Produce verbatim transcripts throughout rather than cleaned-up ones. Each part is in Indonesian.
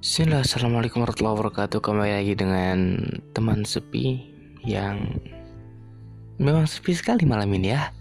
Bismillah, assalamualaikum warahmatullahi wabarakatuh. Kembali lagi dengan teman sepi yang memang sepi sekali malam ini ya.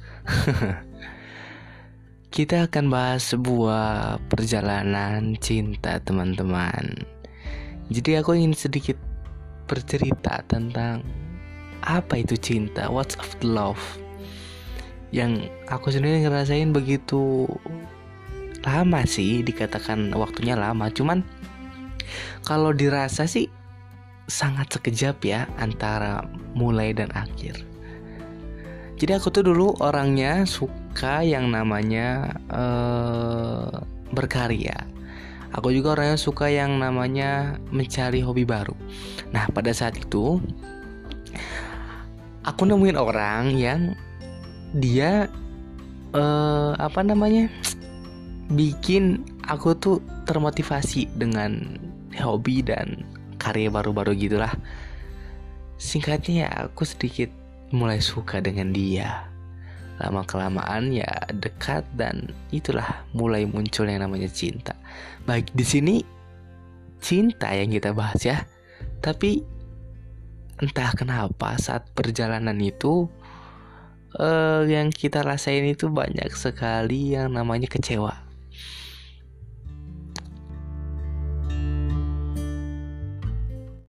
Kita akan bahas sebuah perjalanan cinta, teman-teman. Jadi aku ingin sedikit bercerita tentang apa itu cinta, what's of the love, yang aku sendiri ngerasain begitu lama sih. Dikatakan waktunya lama, cuman kalau dirasa sih sangat sekejap ya, antara mulai dan akhir. Jadi aku tuh dulu orangnya suka yang namanya uh, berkarya. Aku juga orangnya suka yang namanya mencari hobi baru. Nah, pada saat itu aku nemuin orang yang dia uh, apa namanya bikin aku tuh termotivasi dengan hobi dan karya baru-baru gitulah. Singkatnya ya, aku sedikit mulai suka dengan dia. Lama kelamaan ya dekat, dan itulah mulai muncul yang namanya cinta. Baik, di sini cinta yang kita bahas ya. Tapi entah kenapa saat perjalanan itu eh, yang kita rasain itu banyak sekali yang namanya kecewa.